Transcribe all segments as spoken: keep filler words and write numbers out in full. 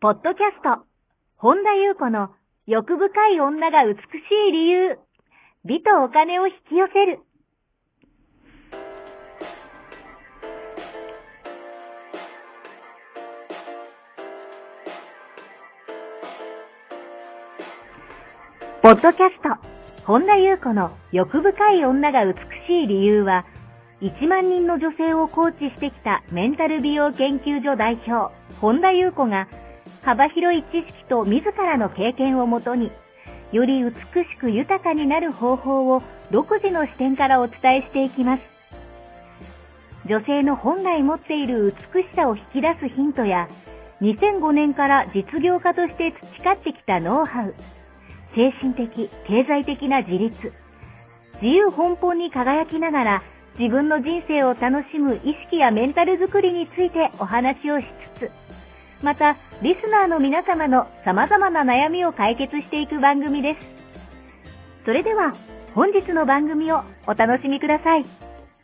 ポッドキャスト、本田裕子の欲深い女が美しい理由、美とお金を引き寄せる。ポッドキャスト、本田裕子の欲深い女が美しい理由は、いちまんにんの女性をコーチしてきたメンタル美容研究所代表、本田裕子が、幅広い知識と自らの経験をもとに、より美しく豊かになる方法を独自の視点からお伝えしていきます。女性の本来持っている美しさを引き出すヒントや、にせんごねんから実業家として培ってきたノウハウ、精神的、経済的な自立、自由奔放に輝きながら自分の人生を楽しむ意識やメンタルづくりについてお話をしつつ、またリスナーの皆様の様々な悩みを解決していく番組です。それでは本日の番組をお楽しみください。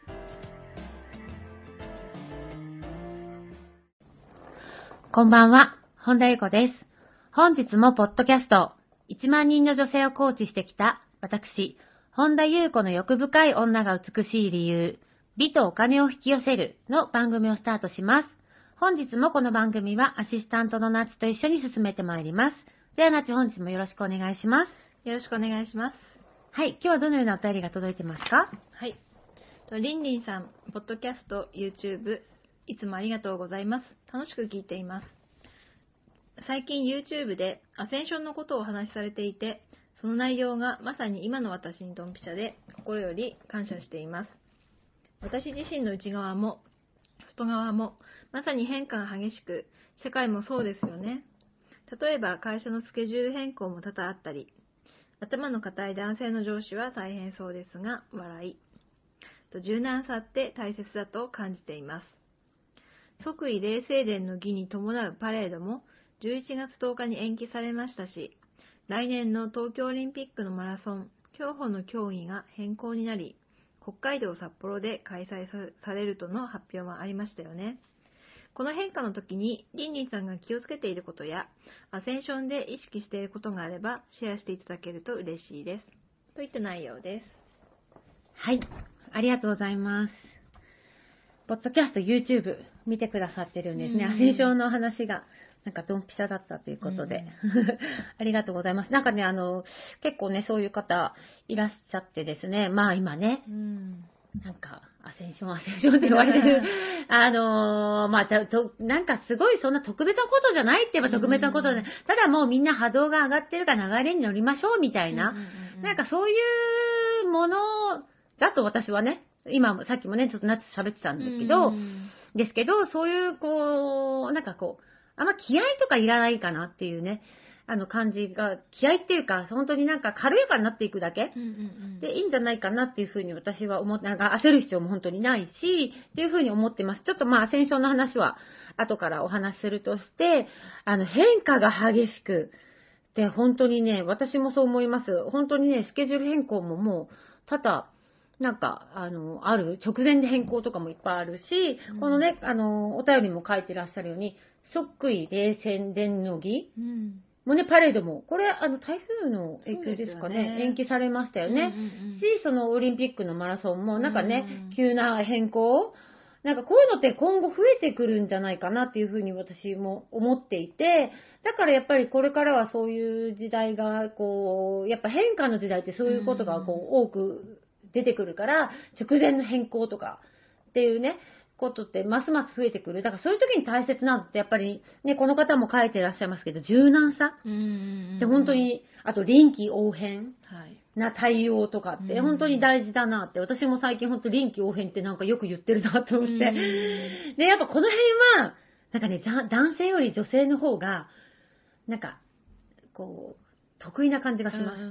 こんばんは、本田裕子です。本日もポッドキャスト、いちまんにんの女性をコーチしてきた私、本田裕子の欲深い女が美しい理由、美とお金を引き寄せるの番組をスタートします。本日もこの番組はアシスタントのナッチと一緒に進めてまいります。ではナッチ、本日もよろしくお願いします。 よろしくお願いします。 はい、今日はどのようなお便りが届いてますか？ はい。りんりんさん、ポッドキャスト、YouTube、いつもありがとうございます。楽しく聞いています。最近 YouTube でアセンションのことをお話しされていて、その内容がまさに今の私にドンピシャで心より感謝しています。私自身の内側も外側もまさに変化が激しく、社会もそうですよね。例えば会社のスケジュール変更も多々あったり、頭の固い男性の上司は大変そうですが笑いと、柔軟さって大切だと感じています。即位礼正殿の儀に伴うパレードもじゅういちがつとおかに延期されましたし、来年の東京オリンピックのマラソン、競歩の競技が変更になり、北海道札幌で開催されるとの発表もありましたよね。この変化の時にりんりんさんが気をつけていることやアセンションで意識していることがあればシェアしていただけると嬉しいです。といった内容です。 はい、ありがとうございます。ポッドキャスト、YouTube 見てくださってるんですね。アセンションの話がなんかドンピシャだったということで、ありがとうございます。なんかね、あの結構ね、そういう方いらっしゃってですね、まあ今ね、うんなんかアセンションアセンションって言われてるあのー、まあとなんかすごいそんな特別なことじゃないって言えば特別なことで、ただもうみんな波動が上がってるから流れに乗りましょうみたいな、なんかそういうものだと私はね、今さっきもねちょっと夏喋ってたんですけど、ですけどそういうこうなんかこうあんま気合とかいらないかなっていうね、あの感じが、気合っていうか、本当になんか軽やかになっていくだけ、うんうんうん、でいいんじゃないかなっていうふうに私は思って、なんか焦る必要も本当にないし、っていうふうに思ってます。ちょっとまあ、アセンションの話は後からお話しするとして、あの変化が激しく、で、本当にね、私もそう思います。本当にね、スケジュール変更ももう、多々、なんか、あの、ある、直前で変更とかもいっぱいあるし、うん、このね、あの、お便りも書いてらっしゃるように、即位礼宣伝の儀、うんもうね、パレードも、これ、あの、台風の影響ですかね、ね延期されましたよね、うんうんうん。し、そのオリンピックのマラソンも、なんかね、うん、急な変更、なんかこういうのって今後増えてくるんじゃないかなっていうふうに私も思っていて、だからやっぱりこれからはそういう時代が、こう、やっぱ変化の時代ってそういうことがこう、多く出てくるから、直前の変更とかっていうね、ことってますます増えてくる。だからそういう時に大切なのってやっぱりね、この方も書いてらっしゃいますけど、柔軟さで本当に、あと臨機応変な対応とかって本当に大事だなって、私も最近本当臨機応変ってなんかよく言ってるなと思って、でやっぱこの辺はなんかね、男性より女性の方がなんかこう得意な感じがします。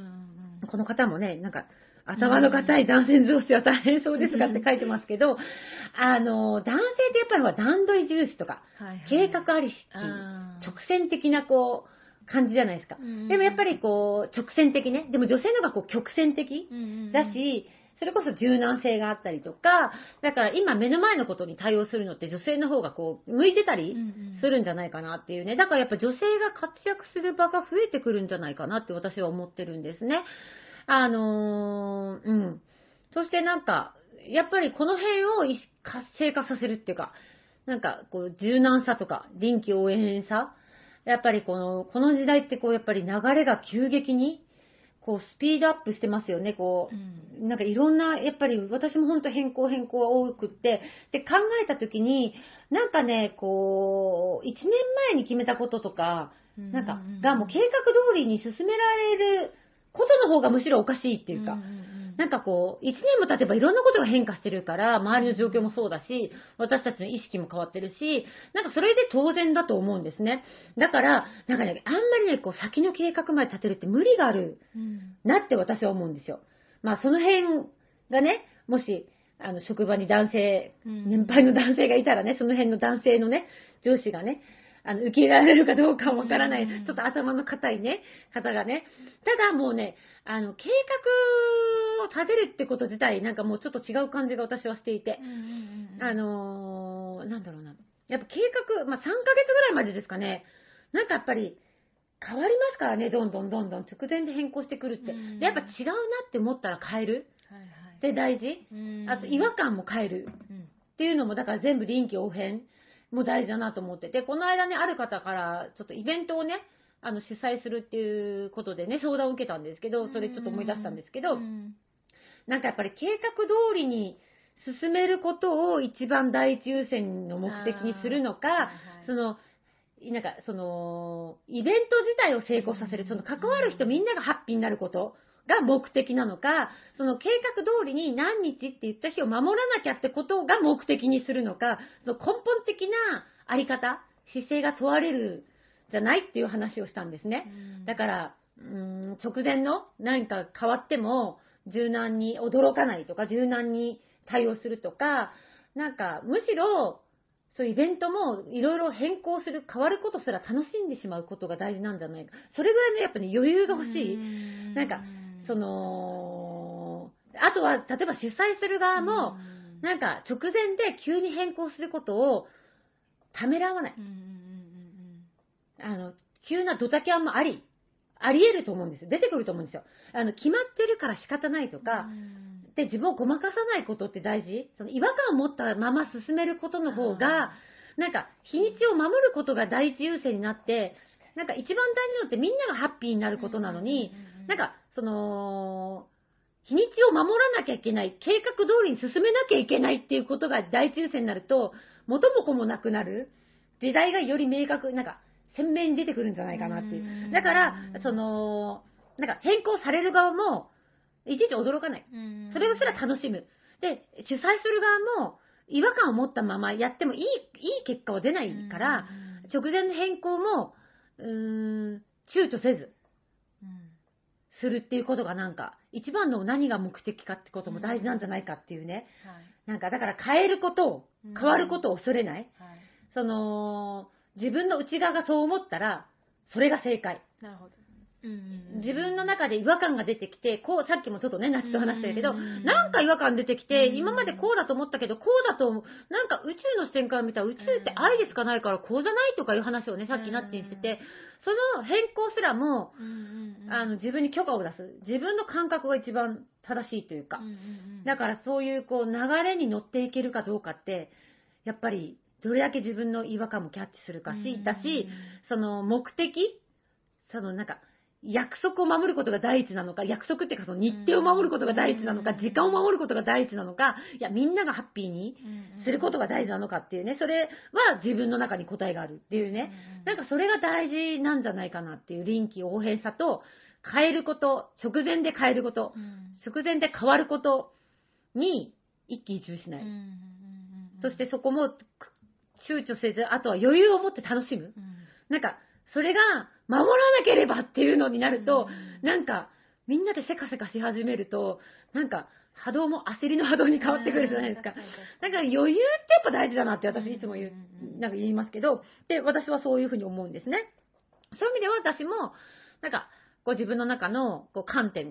この方もね、なんか頭の固い男性上司は大変そうですがって書いてますけど、あの、男性ってやっぱりは段取り重視とか、はいはい、計画ありし、直線的なこう、感じじゃないですか。でもやっぱりこう、直線的ね、でも女性の方がこう曲線的だし、 それこそ柔軟性があったりとか、だから今目の前のことに対応するのって女性の方がこう、向いてたりするんじゃないかなっていうね。だからやっぱ女性が活躍する場が増えてくるんじゃないかなって私は思ってるんですね。あのー、うん。そしてなんか、やっぱりこの辺を活性化させるっていうか、なんかこう柔軟さとか臨機応変さ、やっぱりこの、この時代ってこうやっぱり流れが急激にこうスピードアップしてますよね。こう、うん、なんかいろんな、やっぱり私も本当変更変更が多くって、で考えたときに、なんかね、こう、いちねんまえに決めたこととか、なんか、がもう計画通りに進められることの方がむしろおかしいっていうか、うんうんうん、なんかこう、いちねんも経てばいろんなことが変化してるから、周りの状況もそうだし、私たちの意識も変わってるし、なんかそれで当然だと思うんですね。だから、なんかね、あんまりね、こう先の計画まで立てるって無理があるなって私は思うんですよ。まあその辺がね、もし、あの、職場に男性、年配の男性がいたらね、その辺の男性のね、上司がね、あの、受け入れられるかどうかわからない、ちょっと頭の固いね、方がね。ただもうね、あの、計画を立てるってこと自体、なんかもうちょっと違う感じが私はしていて、あのー、なんだろうな。やっぱ計画、まあ、さんかげつぐらいまでですかね、なんかやっぱり変わりますからね、どんどんどんどん直前で変更してくるって。で、やっぱ違うなって思ったら変える。で、大事。あと、違和感も変える。っていうのも、だから全部臨機応変。も大事だなと思ってて、この間ね、ある方からちょっとイベントをね、あの主催するっていうことでね、相談を受けたんですけど、それちょっと思い出したんですけど、なんかやっぱり計画通りに進めることを一番第一優先の目的にするのか、はいはい、その、なんかその、イベント自体を成功させる、その関わる人みんながハッピーになることが目的なのか、その計画通りに何日って言った日を守らなきゃってことが目的にするのか、その根本的なあり方、姿勢が問われるじゃないっていう話をしたんですね。だから、うーん、直前の何か変わっても柔軟に驚かないとか、柔軟に対応するとか、なんかむしろ、そういうイベントもいろいろ変更する、変わることすら楽しんでしまうことが大事なんじゃないか。それぐらいのやっぱね、余裕が欲しい。なんか、その、あとは、例えば主催する側も、なんか直前で急に変更することをためらわない。あの、急なドタキャンもあり、あり得ると思うんですよ。出てくると思うんですよ。あの、決まってるから仕方ないとか、で、自分をごまかさないことって大事。その違和感を持ったまま進めることの方が、なんか、日にちを守ることが第一優先になって、なんか一番大事なのってみんながハッピーになることなのに、なんか、その、日にちを守らなきゃいけない、計画通りに進めなきゃいけないっていうことが第一優先になると、元も子もなくなる。時代がより明確、なんか、鮮明に出てくるんじゃないかなっていう。だから、その、なんか変更される側も、いちいち驚かない。それをすら楽しむ。で、主催する側も、違和感を持ったままやってもいい、いい結果は出ないから、直前の変更も、うーん、躊躇せず、するっていうことがなんか、一番の何が目的かってことも大事なんじゃないかっていうね。なんか、だから変えることを、変わることを恐れない。その、自分の内側がそう思ったら、それが正解。 なるほど。 自分の中で違和感が出てきて、こう、さっきもちょっとね、夏と話してるけど、なんか違和感出てきて、今までこうだと思ったけど、こうだと、なんか宇宙の視点から見たら、宇宙って愛でしかないから、こうじゃないとかいう話をね、さっきなってしてて、その変更すらも、あの、自分に許可を出す。自分の感覚が一番正しいというか。だからそういう、こう、流れに乗っていけるかどうかって、やっぱり、どれだけ自分の違和感もキャッチするかし、だし、その目的、そのなんか、約束を守ることが第一なのか、約束っていうかその日程を守ることが第一なのか、時間を守ることが第一なのか、いや、みんながハッピーにすることが大事なのかっていうね、それは自分の中に答えがあるっていうね、なんかそれが大事なんじゃないかなっていう臨機応変さと、変えること、直前で変えること、直前で変わることに一喜一憂しない。そしてそこも躊躇せず、あとは余裕を持って楽しむ。なんか、それが守らなければっていうのになると、うん、なんかみんなでせかせかし始めると、なんか波動も焦りの波動に変わってくるじゃないですか。だから余裕ってやっぱ大事だなって私いつも言う、なんか言いますけど、で、私はそういうふうに思うんですね。そういう意味では私も、なんか、こう自分の中のこう観点が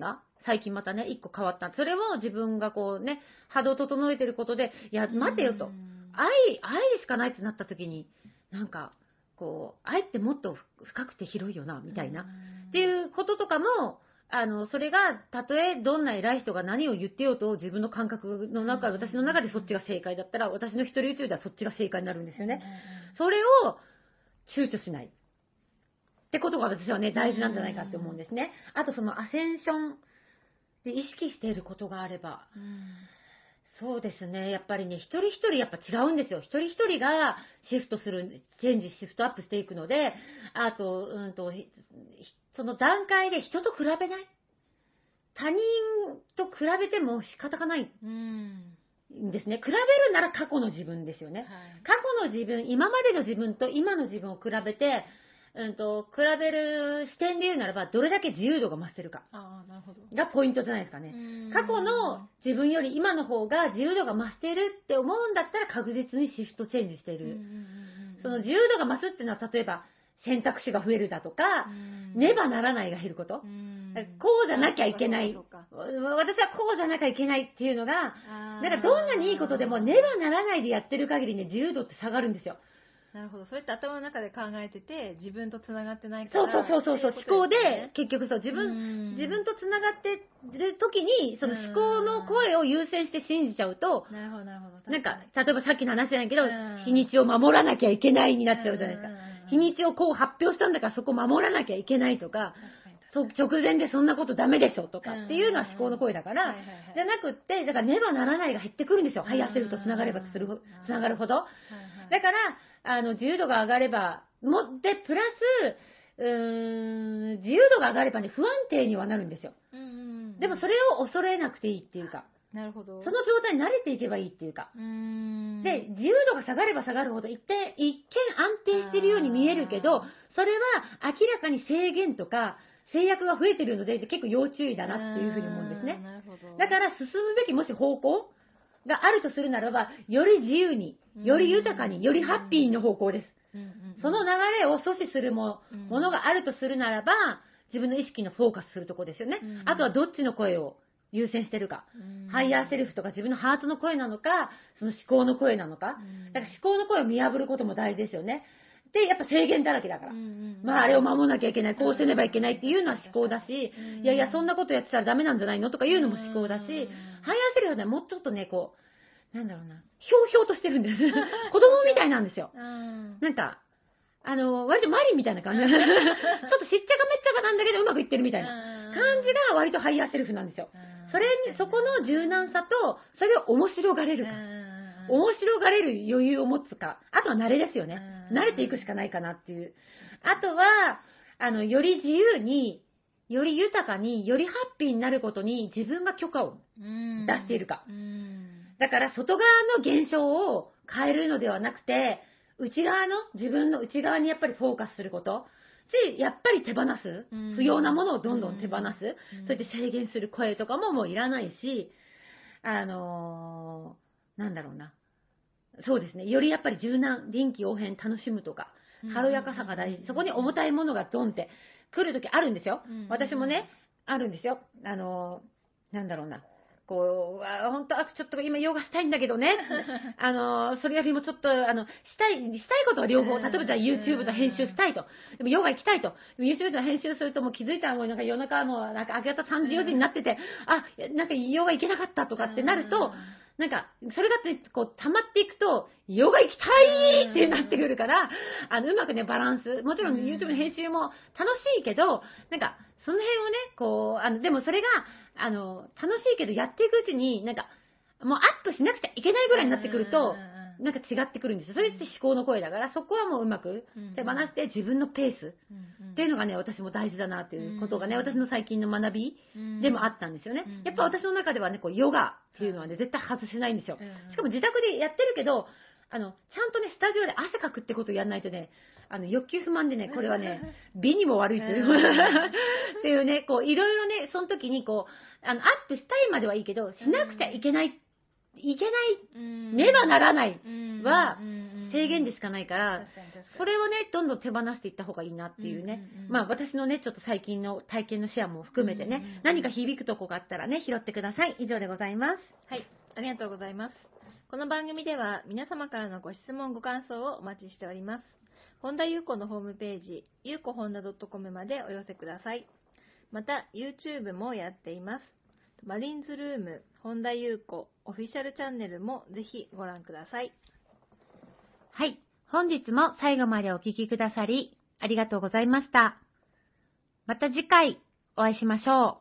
最近またね、一個変わった。それも自分がこうね、波動を整えてることで、いや、待てよと。愛、愛しかないってなった時に、なんか、こう、愛ってもっと深くて広いよな、みたいな。っていうこととかも、あの、それが、たとえどんな偉い人が何を言ってようと、自分の感覚の中、私の中でそっちが正解だったら、私の一人宇宙ではそっちが正解になるんですよね。それを躊躇しない。ってことが私はね、大事なんじゃないかって思うんですね。あとそのアセンションで意識していることがあれば、そうですね。やっぱりね、一人一人やっぱ違うんですよ。一人一人がシフトする、チェンジ、シフトアップしていくので、あと、うんと、その段階で人と比べない。他人と比べても仕方がないんですね。比べるなら過去の自分ですよね。はい、過去の自分、今までの自分と今の自分を比べて、うんと、比べる視点で言うならば、どれだけ自由度が増してるかがポイントじゃないですかね。過去の自分より今の方が自由度が増しているって思うんだったら確実にシフトチェンジしている。その自由度が増すっていうのは、例えば選択肢が増えるだとか、ねばならないが減ること。こうじゃなきゃいけない。私はこうじゃなきゃいけないっていうのが、なんかどんなにいいことでもねばならないでやってる限りね、自由度って下がるんですよ。 なるほど。それって頭の中で考えてて、自分とつながってないから。 そうそうそうそう、思考で、結局そう、自分、自分とつながってる時に、その思考の声を優先して信じちゃうと、 なるほど、なるほど。 なんか、例えばさっきの話じゃないけど、日にちを守らなきゃいけないになっちゃうじゃないですか。日にちをこう発表したんだからそこ守らなきゃいけないとか、直前でそんなことダメでしょとかっていうのは思考の声だから、じゃなくって、だからねばならないが減ってくるんですよ。ハイアセルとつながればする、つながるほど。だから、あの、自由度が上がれば、も、で、プラス、うーん、自由度が上がればね、不安定にはなるんですよ。でもそれを恐れなくていいっていうか。 なるほど。 その状態に慣れていけばいいっていうか。うーんで、自由度が下がれば下がるほど、一見、一見安定してるように見えるけど、それは明らかに制限とか、制約が増えてるので、結構要注意だなっていうふうに思うんですね。なるほど。だから進むべきもし方向があるとするならば、より自由に、より豊かに、よりハッピーの方向です。その流れを阻止するもものがあるとするならば、自分の意識のフォーカスするところですよね。あとはどっちの声を優先してるか。ハイヤーセルフとか自分のハートの声なのか、その思考の声なのか。だから思考の声を見破ることも大事ですよね。で、やっぱ制限だらけだから。まあ、あれを守らなきゃいけない、こうせねばいけないっていうのは思考だし、いやいや、そんなことやってたらダメなんじゃないのとかいうのも思考だし、ハイヤーセルフはね、もうちょっとね、こう、なんだろうな、ひょうひょうとしてるんです。子供みたいなんですよ。なんか、あの、割とマリンみたいな感じ。ちょっとしっちゃかめっちゃかなんだけどうまくいってるみたいな感じが割とハイヤーセルフなんですよ。それに、そこの柔軟さと、それを面白がれるか。面白がれる余裕を持つか。あとは慣れですよね。慣れていくしかないかなっていう。あとは、あの、より自由に、より豊かに、よりハッピーになることに自分が許可を出しているか。だから外側の現象を変えるのではなくて、内側の、自分の内側にやっぱりフォーカスすること。し、やっぱり手放す。不要なものをどんどん手放す。そうやって制限する声とかももういらないし、あのー、なんだろうな。そうですね。よりやっぱり柔軟、臨機応変楽しむとか、軽やかさが大事。そこに重たいものがドンって来るときあるんですよ。私もね、あるんですよ。あのー、なんだろうな。こう、本当はちょっと今ヨガしたいんだけどね。あの、それよりもちょっと、あの、したい、したいことは両方。例えばじゃあ YouTube と編集したいと。でもヨガ行きたいと。でも YouTube と編集するともう気づいたらもうなんか夜中もなんか明け方さんじよじになってて、あ、なんかヨガ行けなかったとかってなると、なんか、それがってこう溜まっていくと、ヨガ行きたいってなってくるから、あの、うまくね、バランス。もちろん YouTube の編集も楽しいけど、なんか、その辺をね、こう、あの、でもそれが、あの、楽しいけどやっていくうちに、なんか、もうアップしなくちゃいけないぐらいになってくると、なんか違ってくるんですよ。それって思考の声だから、そこはもううまく手放して自分のペースっていうのがね、私も大事だなっていうことがね、私の最近の学びでもあったんですよね。やっぱ私の中ではね、こう、ヨガっていうのはね、絶対外せないんですよ。しかも自宅でやってるけど、あの、ちゃんとね、スタジオで汗かくってことをやらないとね、あの、欲求不満でね、これはね、美にも悪いという、っていうね、こう、いろいろね、その時にこう、あの、アップしたいまではいいけど、しなくちゃいけない、いけない、ねばならないは、 制限でしかないから、 確かに確かにそれをね、どんどん手放していった方がいいなっていうね。 うんうんうんまあ私のね、ちょっと最近の体験のシェアも含めてね、 うんうんうん何か響くとこがあったらね、拾ってください。以上でございます。 はい、ありがとうございます。この番組では皆様からのご質問ご感想をお待ちしております。本田裕子のホームページ、ゆうこほんだ .com までお寄せください。また YouTube もやっています。マリンズルーム本田裕子オフィシャルチャンネルもぜひご覧ください。 はい。本日も最後までお聞きくださり、ありがとうございました。また次回お会いしましょう。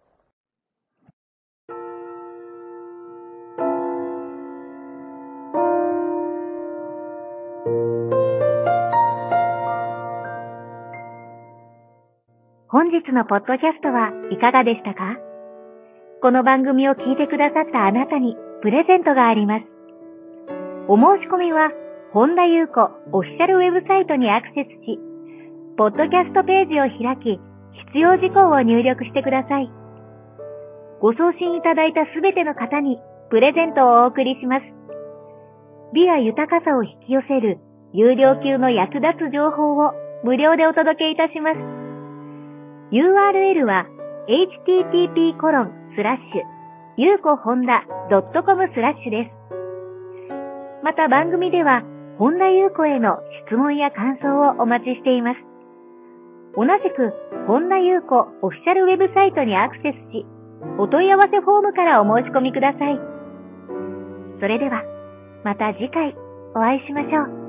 本日のポッドキャストはいかがでしたか？この番組を聞いてくださったあなたにプレゼントがあります。お申し込みは、本田裕子オフィシャルウェブサイトにアクセスし、ポッドキャストページを開き、必要事項を入力してください。ご送信いただいたすべての方にプレゼントをお送りします。美や豊かさを引き寄せる有料級の役立つ情報を無料でお届けいたします。ユーアールエル は エイチティーティーピーコロンスラッシュゆうこほんだドットコムスラッシュです。また番組では本田裕子への質問や感想をお待ちしています。同じく本田裕子オフィシャルウェブサイトにアクセスし、お問い合わせフォームからお申し込みください。それではまた次回お会いしましょう。